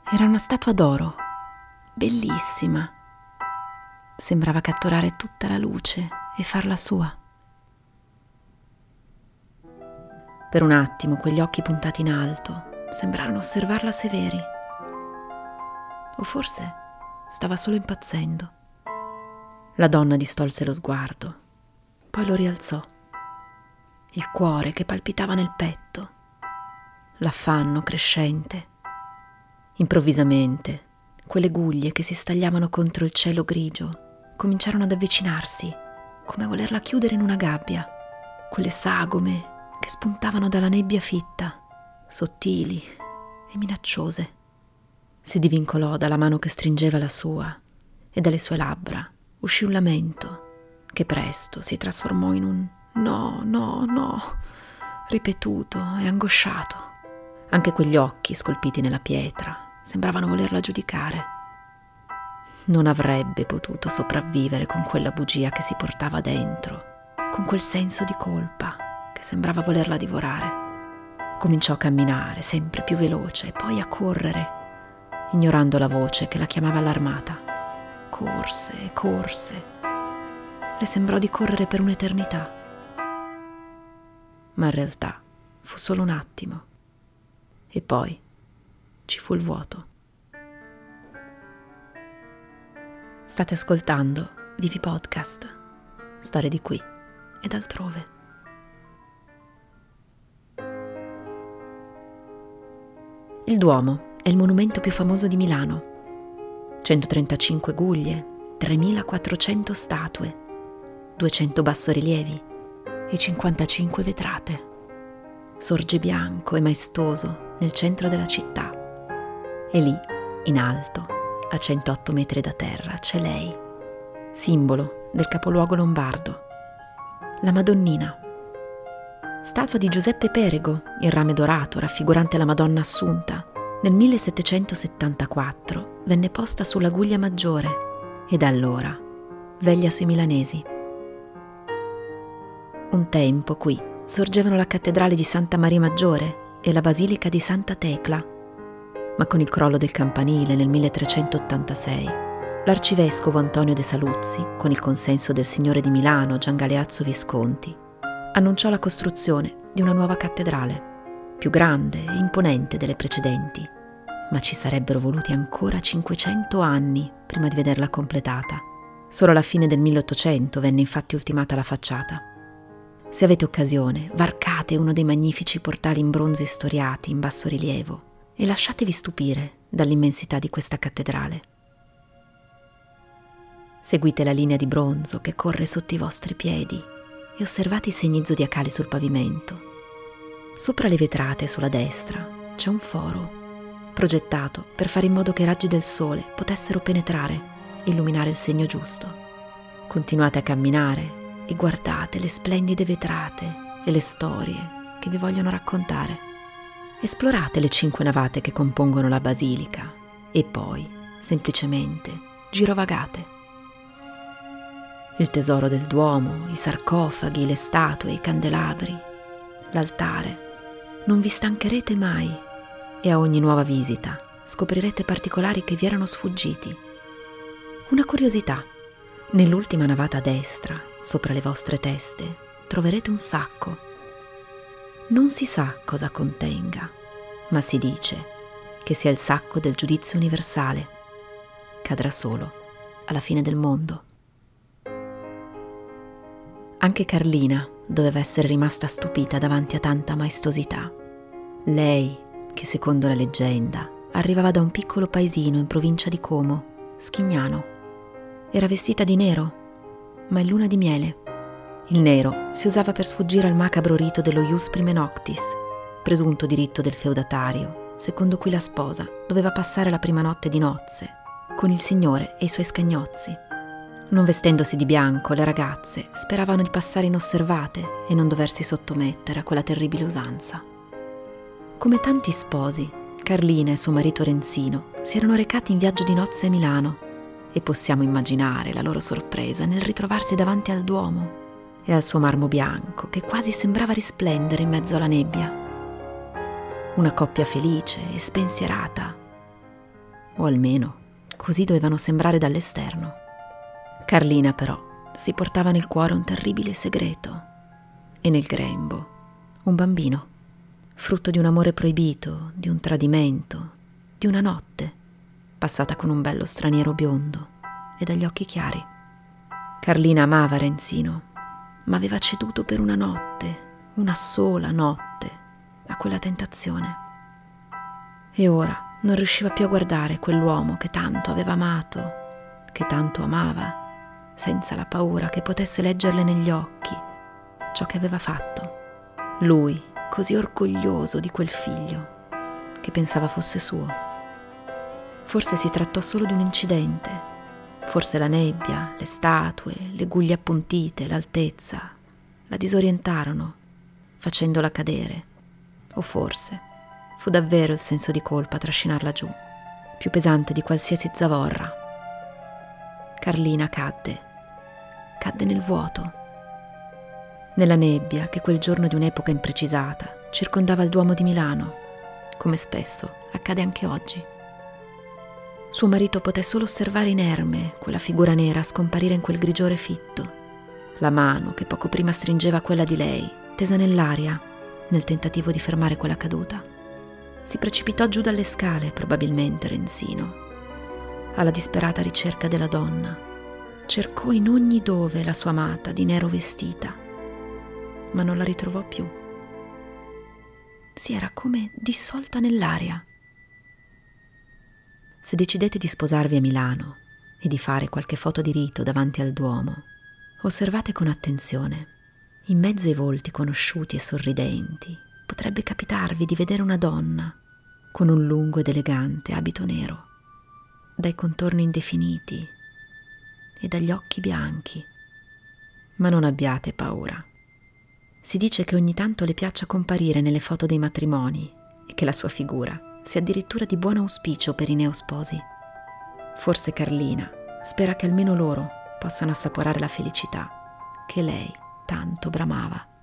Era una statua d'oro, bellissima. Sembrava catturare tutta la luce e farla sua. Per un attimo quegli occhi puntati in alto sembrarono osservarla severi. O forse stava solo impazzendo. La donna distolse lo sguardo, poi lo rialzò. Il cuore che palpitava nel petto, l'affanno crescente. Improvvisamente, quelle guglie che si stagliavano contro il cielo grigio cominciarono ad avvicinarsi, come a volerla chiudere in una gabbia. Quelle sagome che spuntavano dalla nebbia fitta, sottili e minacciose. Si divincolò dalla mano che stringeva la sua e dalle sue labbra uscì un lamento che presto si trasformò in un no, no, no, ripetuto e angosciato. Anche quegli occhi scolpiti nella pietra sembravano volerla giudicare. Non avrebbe potuto sopravvivere con quella bugia che si portava dentro, con quel senso di colpa che sembrava volerla divorare. Cominciò a camminare sempre più veloce e poi a correre, ignorando la voce che la chiamava allarmata. Corse e corse. Le sembrò di correre per un'eternità. Ma in realtà fu solo un attimo. E poi ci fu il vuoto. State ascoltando Vivi Podcast, storie di qui ed altrove. Il Duomo è il monumento più famoso di Milano. 135 guglie, 3.400 statue, 200 bassorilievi e 55 vetrate. Sorge bianco e maestoso nel centro della città. E lì, in alto, a 108 metri da terra, c'è lei, simbolo del capoluogo lombardo, la Madonnina. Statua di Giuseppe Perego, in rame dorato raffigurante la Madonna Assunta, nel 1774 venne posta sulla Guglia Maggiore e da allora veglia sui milanesi. Un tempo qui sorgevano la cattedrale di Santa Maria Maggiore e la basilica di Santa Tecla, ma con il crollo del campanile nel 1386 l'arcivescovo Antonio de Saluzzi, con il consenso del signore di Milano Gian Galeazzo Visconti, annunciò la costruzione di una nuova cattedrale, più grande e imponente delle precedenti, ma ci sarebbero voluti ancora 500 anni prima di vederla completata. Solo alla fine del 1800 venne infatti ultimata la facciata. Se avete occasione, varcate uno dei magnifici portali in bronzo istoriati in bassorilievo e lasciatevi stupire dall'immensità di questa cattedrale. Seguite la linea di bronzo che corre sotto i vostri piedi e osservate i segni zodiacali sul pavimento. Sopra le vetrate sulla destra c'è un foro, progettato per fare in modo che i raggi del sole potessero penetrare e illuminare il segno giusto. Continuate a camminare e guardate le splendide vetrate e le storie che vi vogliono raccontare. Esplorate le 5 navate che compongono la basilica e poi, semplicemente, girovagate. Il tesoro del Duomo, i sarcofagi, le statue, i candelabri, l'altare. Non vi stancherete mai e a ogni nuova visita scoprirete particolari che vi erano sfuggiti. Una curiosità: nell'ultima navata a destra, sopra le vostre teste, troverete un sacco. Non si sa cosa contenga, ma si dice che sia il sacco del giudizio universale. Cadrà solo alla fine del mondo. Anche Carlina doveva essere rimasta stupita davanti a tanta maestosità. Lei, che secondo la leggenda arrivava da un piccolo paesino in provincia di Como, Schignano, era vestita di nero, ma è luna di miele. Il nero si usava per sfuggire al macabro rito dello ius prime noctis, presunto diritto del feudatario, secondo cui la sposa doveva passare la prima notte di nozze con il signore e i suoi scagnozzi. Non vestendosi di bianco, le ragazze speravano di passare inosservate e non doversi sottomettere a quella terribile usanza. Come tanti sposi, Carlina e suo marito Renzino si erano recati in viaggio di nozze a Milano e possiamo immaginare la loro sorpresa nel ritrovarsi davanti al Duomo e al suo marmo bianco che quasi sembrava risplendere in mezzo alla nebbia. Una coppia felice e spensierata, o almeno così dovevano sembrare dall'esterno. Carlina però si portava nel cuore un terribile segreto e nel grembo un bambino, frutto di un amore proibito, di un tradimento, di una notte passata con un bello straniero biondo e dagli occhi chiari. Carlina amava Renzino, ma aveva ceduto per una notte, una sola notte, a quella tentazione. E ora non riusciva più a guardare quell'uomo che tanto aveva amato, che tanto amava, senza la paura che potesse leggerle negli occhi ciò che aveva fatto. Lui, così orgoglioso di quel figlio, che pensava fosse suo. Forse si trattò solo di un incidente, forse la nebbia, le statue, le guglie appuntite, l'altezza la disorientarono, facendola cadere, o forse fu davvero il senso di colpa a trascinarla giù, più pesante di qualsiasi zavorra. Carlina cadde nel vuoto, nella nebbia che quel giorno di un'epoca imprecisata circondava il Duomo di Milano, come spesso accade anche oggi. Suo marito poté solo osservare inerme quella figura nera scomparire in quel grigiore fitto, la mano che poco prima stringeva quella di lei, tesa nell'aria, nel tentativo di fermare quella caduta. Si precipitò giù dalle scale, probabilmente Renzino, alla disperata ricerca della donna. Cercò in ogni dove la sua amata di nero vestita, ma non la ritrovò più. Si era come dissolta nell'aria. Se decidete di sposarvi a Milano e di fare qualche foto di rito davanti al Duomo, osservate con attenzione. In mezzo ai volti conosciuti e sorridenti potrebbe capitarvi di vedere una donna con un lungo ed elegante abito nero, dai contorni indefiniti e dagli occhi bianchi. Ma non abbiate paura. Si dice che ogni tanto le piaccia comparire nelle foto dei matrimoni e che la sua figura sia addirittura di buon auspicio per i neosposi. Forse Carlina spera che almeno loro possano assaporare la felicità che lei tanto bramava.